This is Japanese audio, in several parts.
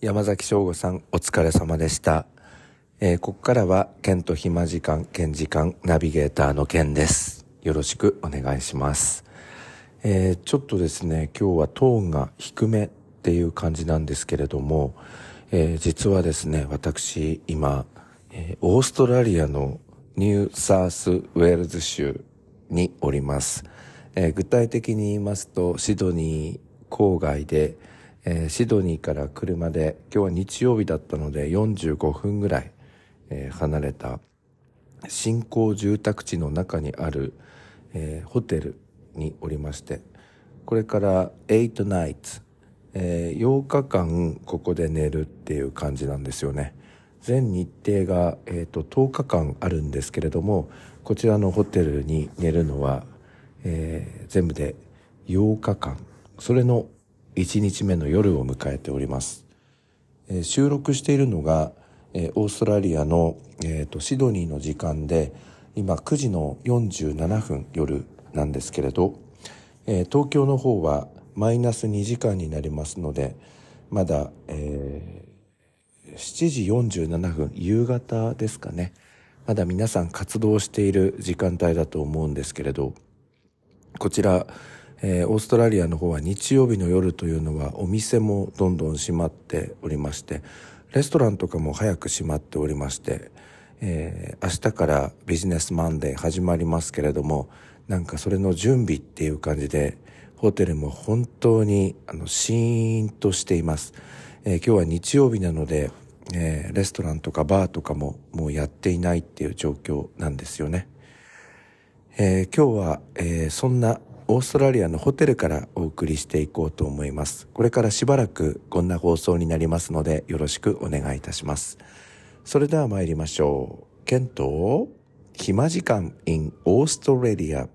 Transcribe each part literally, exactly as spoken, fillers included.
山崎翔吾さん、お疲れ様でした。えー、ここからはケンと暇時間、ケン時間ナビゲーターのケンです。よろしくお願いします。えー、ちょっとですね、今日はトーンが低めっていう感じなんですけれども、えー、実はですね、私今、えー、オーストラリアのニューサウスウェールズ州におります。えー、具体的に言いますと、シドニー郊外で、えー、シドニーから車で、今日は日曜日だったのでよんじゅうごふんぐらい、えー、離れた新興住宅地の中にある、えー、ホテルにおりまして、これからエイトナイツ、えー、ようかかんここで寝るっていう感じなんですよね。全日程が、えー、ととおかかんあるんですけれども、こちらのホテルに寝るのは、えー、全部でようかかん、それのいちにちめの夜を迎えております。えー、収録しているのが、えー、オーストラリアの、えー、とシドニーの時間で今くじのよんじゅうななふん夜なんですけれど、えー、東京の方はマイナスにじかんになりますので、まだ、えー、しちじよんじゅうななふん、夕方ですかね。まだ皆さん活動している時間帯だと思うんですけれど、こちら、えー、オーストラリアの方は日曜日の夜というのはお店もどんどん閉まっておりまして、レストランとかも早く閉まっておりまして、えー、明日からビジネスマンデー始まりますけれども、なんかそれの準備っていう感じでホテルも本当にあのシーンとしています。えー、今日は日曜日なので、えー、レストランとかバーとかももうやっていないっていう状況なんですよね。えー、今日は、えー、そんなオーストラリアのホテルからお送りしていこうと思います。これからしばらくこんな放送になりますのでよろしくお願いいたします。それでは参りましょう。ケンと暇時間 in オーストラリア。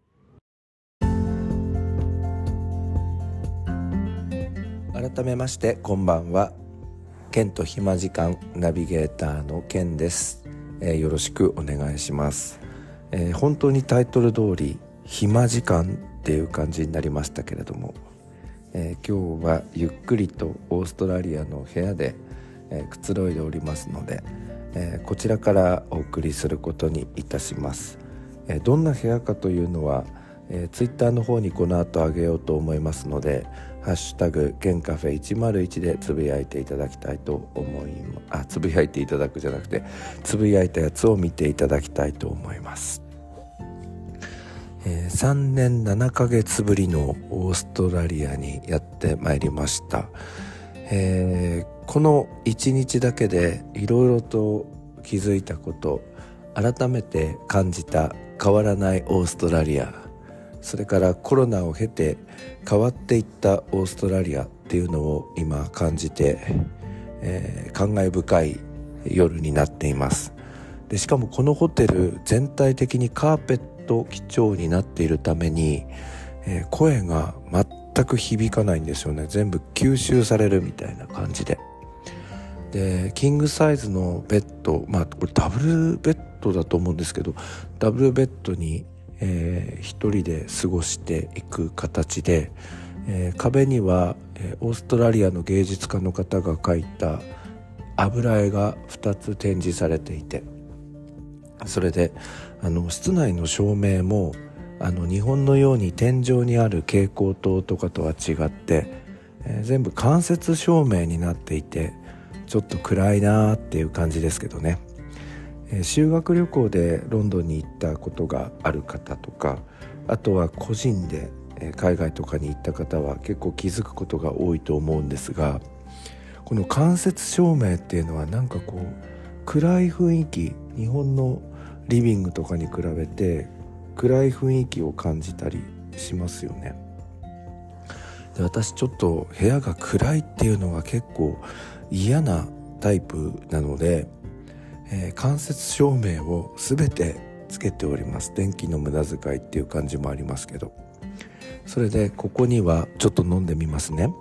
改めましてこんばんは。ケンと暇時間ナビゲーターのケンです。えー、よろしくお願いします。えー、本当にタイトル通り暇時間っていう感じになりましたけれども、えー、今日はゆっくりとオーストラリアの部屋で、えー、くつろいでおりますので、えー、こちらからお送りすることにいたします。えー、どんな部屋かというのは、えー、ツイッターの方にこの後あげようと思いますので、ハッシュタグケンカフェいちまるいちでつぶやいていただきたいと思います。あ、つぶやいていただくじゃなくて、つぶやいたやつを見ていただきたいと思います。えー、さんねんななかげつぶりのオーストラリアにやってまいりました。えー、このいちにちだけでいろいろと気づいたこと、改めて感じた変わらないオーストラリア、それからコロナを経て変わっていったオーストラリアっていうのを今感じて、えー、感慨深い夜になっています。でしかもこのホテル全体的にカーペット基調になっているために、えー、声が全く響かないんですよね。全部吸収されるみたいな感じで、でキングサイズのベッド、まあこれダブルベッドだと思うんですけど、ダブルベッドに、えー、一人で過ごしていく形で、えー、壁には、えー、オーストラリアの芸術家の方が描いた油絵がふたつ展示されていて、それであの室内の照明もあの日本のように天井にある蛍光灯とかとは違って、えー、全部間接照明になっていて、ちょっと暗いなーっていう感じですけどね。えー、修学旅行でロンドンに行ったことがある方とか、あとは個人で、えー、海外とかに行った方は結構気づくことが多いと思うんですが、この間接照明っていうのはなんかこう暗い雰囲気、日本のリビングとかに比べて暗い雰囲気を感じたりしますよね。で、私ちょっと部屋が暗いっていうのが結構嫌なタイプなので、えー、間接照明を全てつけております。電気の無駄遣いっていう感じもありますけど、それでここにはちょっと飲んでみますね。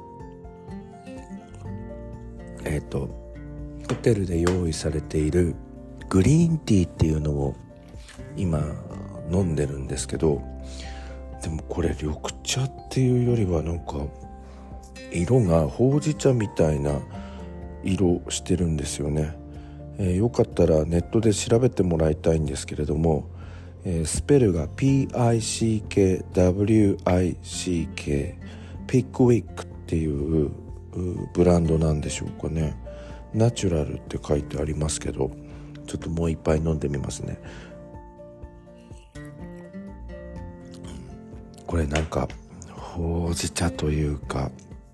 えっとホテルで用意されているグリーンティーっていうのを今飲んでるんですけど、でもこれ緑茶っていうよりはなんか色がほうじ茶みたいな色してるんですよね。えー、よかったらネットで調べてもらいたいんですけれども、えー、スペルが ピーアイシーケーダブリューアイシーケー ピックウィックっていうブランドなんでしょうかね。ナチュラルって書いてありますけど、ちょっともう一杯飲んでみますね。これなんかほうじ茶というか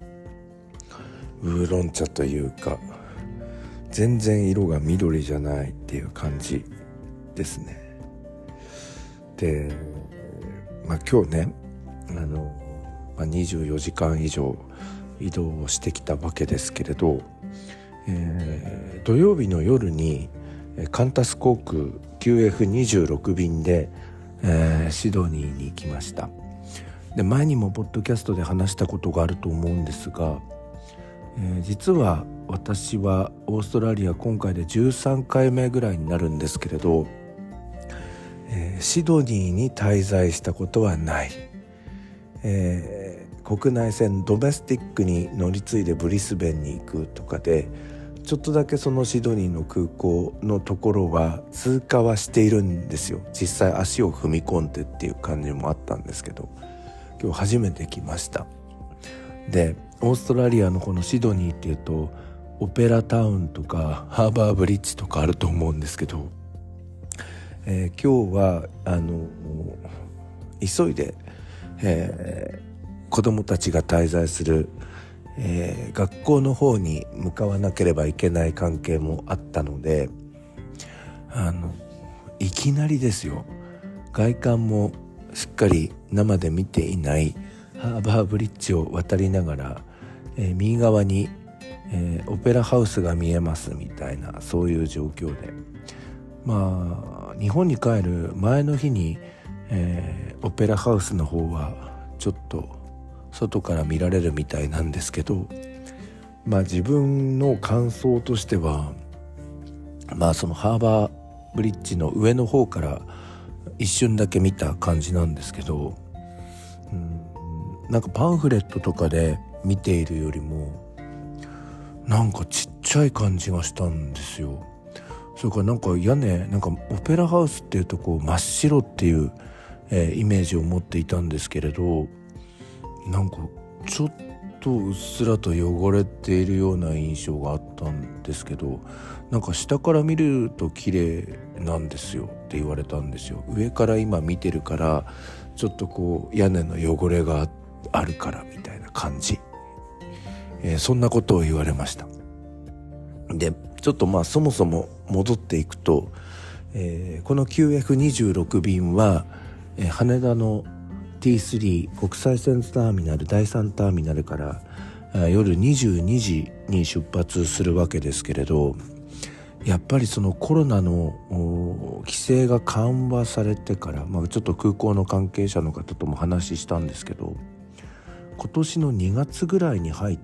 ウーロン茶というか、全然色が緑じゃないっていう感じですね。で、まあ今日ね、あの、まあ、にじゅうよじかん以上移動をしてきたわけですけれど、えー、土曜日の夜にカンタス航空 キューエフにじゅうろく 便で、えー、シドニーに行きました。で、前にもポッドキャストで話したことがあると思うんですが、えー、実は私はオーストラリア今回でじゅうさんかいめぐらいになるんですけれど、えー、シドニーに滞在したことはない、えー、国内線ドメスティックに乗り継いでブリスベンに行くとかでちょっとだけそのシドニーの空港のところは通過はしているんですよ。実際足を踏み込んでっていう感じもあったんですけど、今日初めて来ました。で、オーストラリアのこのシドニーっていうとオペラタウンとかハーバーブリッジとかあると思うんですけど、えー、今日はあの急いで、えー、子どもたちが滞在する、えー、学校の方に向かわなければいけない関係もあったので、あのいきなりですよ、外観もしっかり生で見ていないハーバーブリッジを渡りながら、えー、右側に、えー、オペラハウスが見えますみたいな、そういう状況で、まあ日本に帰る前の日に、えー、オペラハウスの方はちょっと外から見られるみたいなんですけど、まあ自分の感想としては、まあそのハーバーブリッジの上の方から一瞬だけ見た感じなんですけど、うん、なんかパンフレットとかで見ているよりもなんかちっちゃい感じがしたんですよ。それからなんか屋根、なんかオペラハウスっていうとこう真っ白っていう、えー、イメージを持っていたんですけれど、なんかちょっとうっすらと汚れているような印象があったんですけど、なんか下から見ると綺麗なんですよって言われたんですよ。上から今見てるからちょっとこう屋根の汚れがあるからみたいな感じ、えー、そんなことを言われました。で、ちょっとまあそもそも戻っていくと、えー、この キューエフにじゅうろく 便は、えー、羽田の ティースリー 国際線ターミナルだいさんターミナルから夜にじゅうにじに出発するわけですけれど、やっぱりそのコロナの規制が緩和されてから、まあ、ちょっと空港の関係者の方とも話したんですけど、今年のにがつぐらいに入って、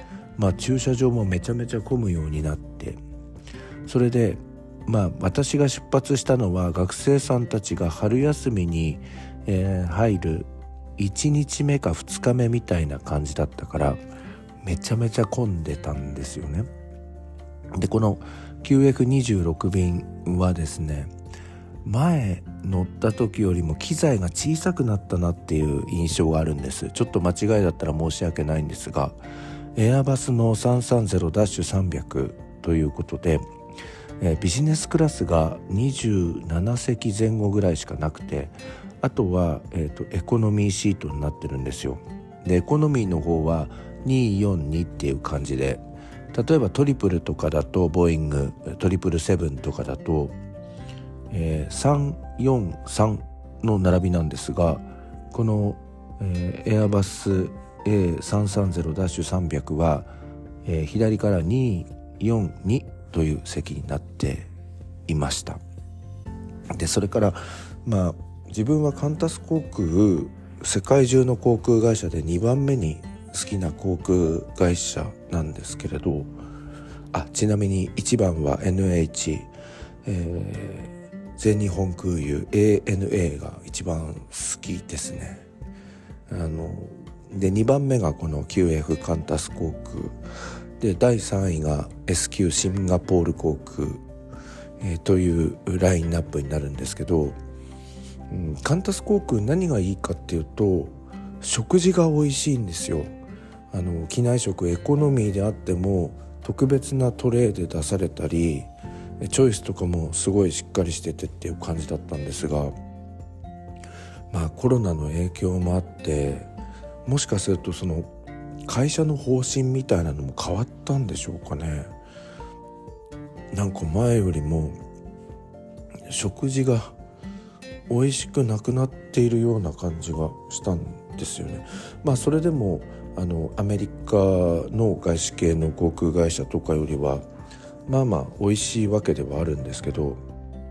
まあ、駐車場もめちゃめちゃ混むようになって、それでまあ私が出発したのは学生さんたちが春休みに、えー、入るいちにちめかふつかめみたいな感じだったからめちゃめちゃ混んでたんですよね。で、この キューエフにじゅうろく 便はですね、前乗った時よりも機材が小さくなったなっていう印象があるんです。ちょっと間違いだったら申し訳ないんですが、エアバスの さんさんゼロさんびゃく ということで、えー、ビジネスクラスがにじゅうななせきぜん後ぐらいしかなくて、あとは、えーと、エコノミーシートになってるんですよ。で、エコノミーの方はにひゃくよんじゅうにっていう感じで、例えばトリプルとかだとボーイングトリプルセブンとかだと、えー、さんよんさんの並びなんですが、この、えー、エアバス エーさんさんゼロさんびゃく は、えー、左からにひゃくよんじゅうにという席になっていました。で、それからまあ自分はカンタス航空、世界中の航空会社でにばんめに好きな航空会社なんですけれど、あ、ちなみにいちばんは エヌエイチ、えー、全日本空輸 エーエヌエー が一番好きですね。あのでにばんめがこの キューエフ カンタス航空でだいさんいが エスキュー シンガポール航空、えー、というラインナップになるんですけど、うん、カンタス航空何がいいかっていうと食事が美味しいんですよ。あの機内食エコノミーであっても特別なトレーで出されたりチョイスとかもすごいしっかりしててっていう感じだったんですが、まあコロナの影響もあってもしかするとその会社の方針みたいなのも変わったんでしょうかね。なんか前よりも食事が美味しくなくなっているような感じがしたんですよね。まあそれでもあのアメリカの外資系の航空会社とかよりはまあまあ美味しいわけではあるんですけど、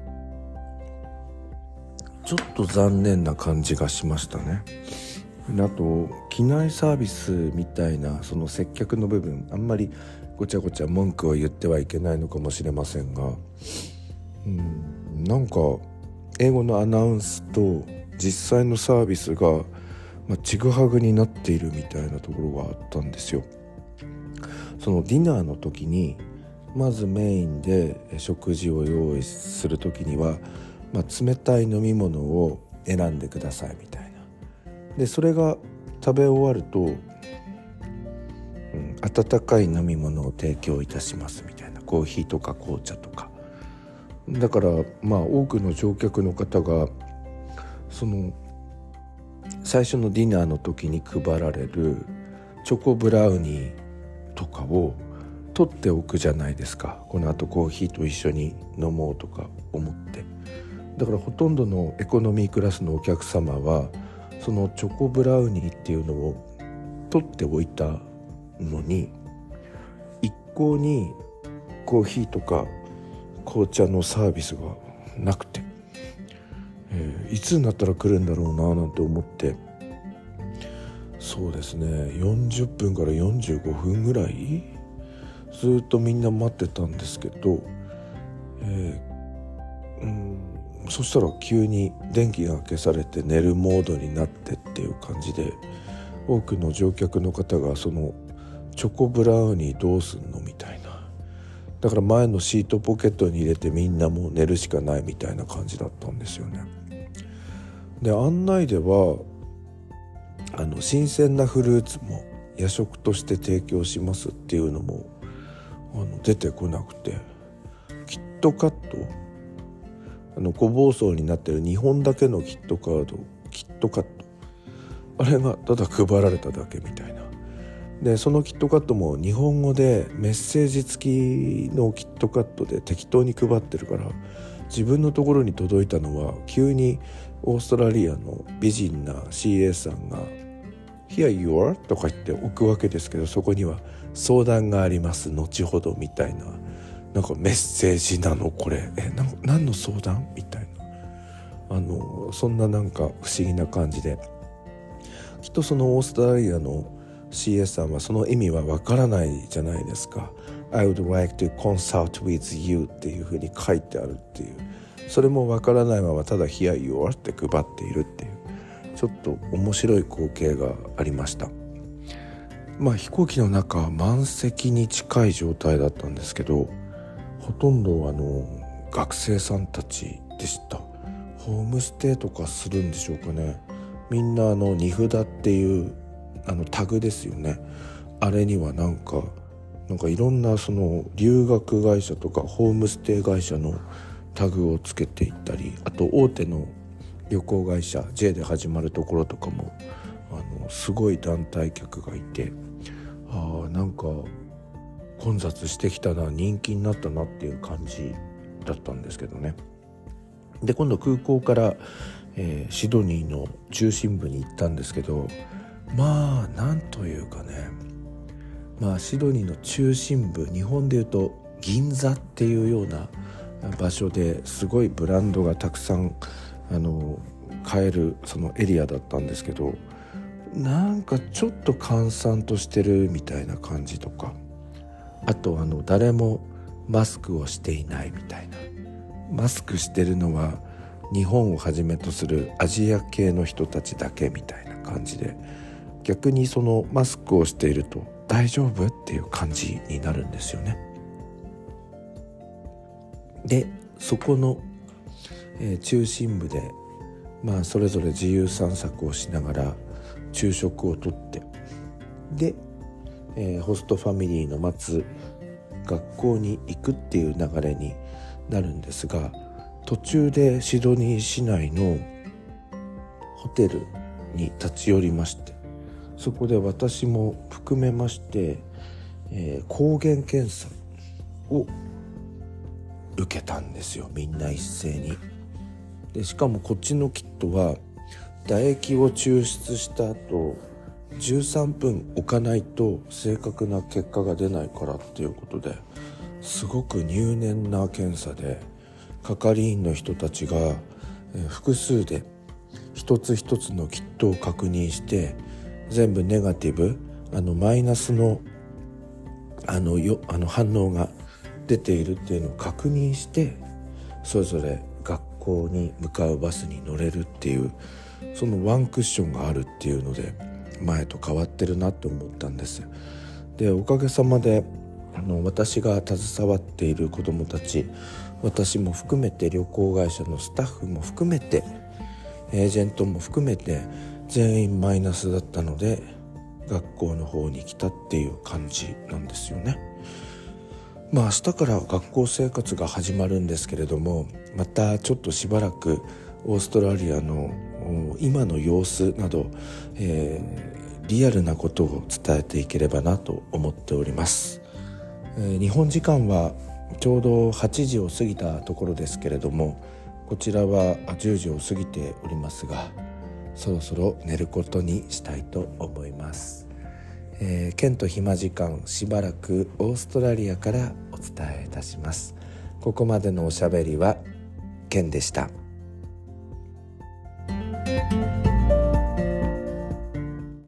ちょっと残念な感じがしましたね。あと機内サービスみたいなその接客の部分、あんまりごちゃごちゃ文句を言ってはいけないのかもしれませんが、うん、なんか英語のアナウンスと実際のサービスが、まあ、ちぐはぐになっているみたいなところがあったんですよ。そのディナーの時にまずメインで食事を用意する時には、まあ、冷たい飲み物を選んでくださいみたいな。でそれが食べ終わると、うん、温かい飲み物を提供いたしますみたいな、コーヒーとか紅茶とか。だからまあ多くの乗客の方がその最初のディナーの時に配られるチョコブラウニーとかを取っておくじゃないですか。この後コーヒーと一緒に飲もうとか思って。だからほとんどのエコノミークラスのお客様はそのチョコブラウニーっていうのを取っておいたのに、一向にコーヒーとか紅茶のサービスがなくて、えー、いつになったら来るんだろうななんて思って、そうですねよんじゅっぷんからよんじゅうごふんぐらいずっとみんな待ってたんですけど、えー、うんそしたら急に電気が消されて寝るモードになってっていう感じで、多くの乗客の方がそのチョコブラウニーどうすんのみたいな、だから前のシートポケットに入れてみんなもう寝るしかないみたいな感じだったんですよね。で案内ではあの新鮮なフルーツも夜食として提供しますっていうのもあの出てこなくて、キットカット、あの個包装になってるにほんだけのキットカードキットカット、あれがただ配られただけみたいな。でそのキットカットも日本語でメッセージ付きのキットカットで適当に配ってるから、自分のところに届いたのは急にオーストラリアの美人な シーエー さんが Here you are とか言って置くわけですけど、そこには相談があります後ほどみたいな、なんかメッセージなのこれ、えな何の相談みたいな、あのそんななんか不思議な感じで、きっとそのオーストラリアの シーエス さんはその意味はわからないじゃないですか。 I would like to consult with you っていう風に書いてあるっていう、それもわからないままただ Here you are って配っているっていう、ちょっと面白い光景がありました。まあ飛行機の中は満席に近い状態だったんですけど、ほとんどあの学生さんたちでした。ホームステイとかするんでしょうかね。みんなあの荷札っていうあのタグですよね。あれにはなんかなんかいろんなその留学会社とかホームステイ会社のタグをつけていったり、あと大手の旅行会社 ジェイ で始まるところとかもあのすごい団体客がいて、あなんか混雑してきたな、人気になったなっていう感じだったんですけどね。で今度空港から、えー、シドニーの中心部に行ったんですけど、まあなんというかね、まあシドニーの中心部、日本でいうと銀座っていうような場所ですごいブランドがたくさんあの買えるそのエリアだったんですけど、なんかちょっと閑散としてるみたいな感じとか、あとあの誰もマスクをしていないみたいな、マスクしてるのは日本をはじめとするアジア系の人たちだけみたいな感じで、逆にそのマスクをしていると大丈夫っていう感じになるんですよね。でそこの、えー、中心部でまあそれぞれ自由散策をしながら昼食をとってで、えー、ホストファミリーの待つ学校に行くっていう流れになるんですが、途中でシドニー市内のホテルに立ち寄りまして、そこで私も含めまして、えー、抗原検査を受けたんですよ、みんな一斉に。でしかもこっちのキットは唾液を抽出した後じゅうさんぷん置かないと正確な結果が出ないからっていうことで、すごく入念な検査で係員の人たちが、えー、複数で一つ一つのキットを確認して全部ネガティブ、あのマイナスのあのよあの反応が出ているっていうのを確認して、それぞれ学校に向かうバスに乗れるっていう、そのワンクッションがあるっていうので前と変わってるなと思ったんです。でおかげさまであの私が携わっている子どもたち、私も含めて旅行会社のスタッフも含めてエージェントも含めて全員マイナスだったので、学校の方に来たっていう感じなんですよね。まあ明日から学校生活が始まるんですけれども、またちょっとしばらくオーストラリアの今の様子など、えー、リアルなことを伝えていければなと思っております。えー、日本時間はちょうどはちじを過ぎたところですけれども、こちらはじゅうじを過ぎておりますが、そろそろ寝ることにしたいと思います。えー、ケンと暇時間、しばらくオーストラリアからお伝えいたします。ここまでのおしゃべりはケンでした。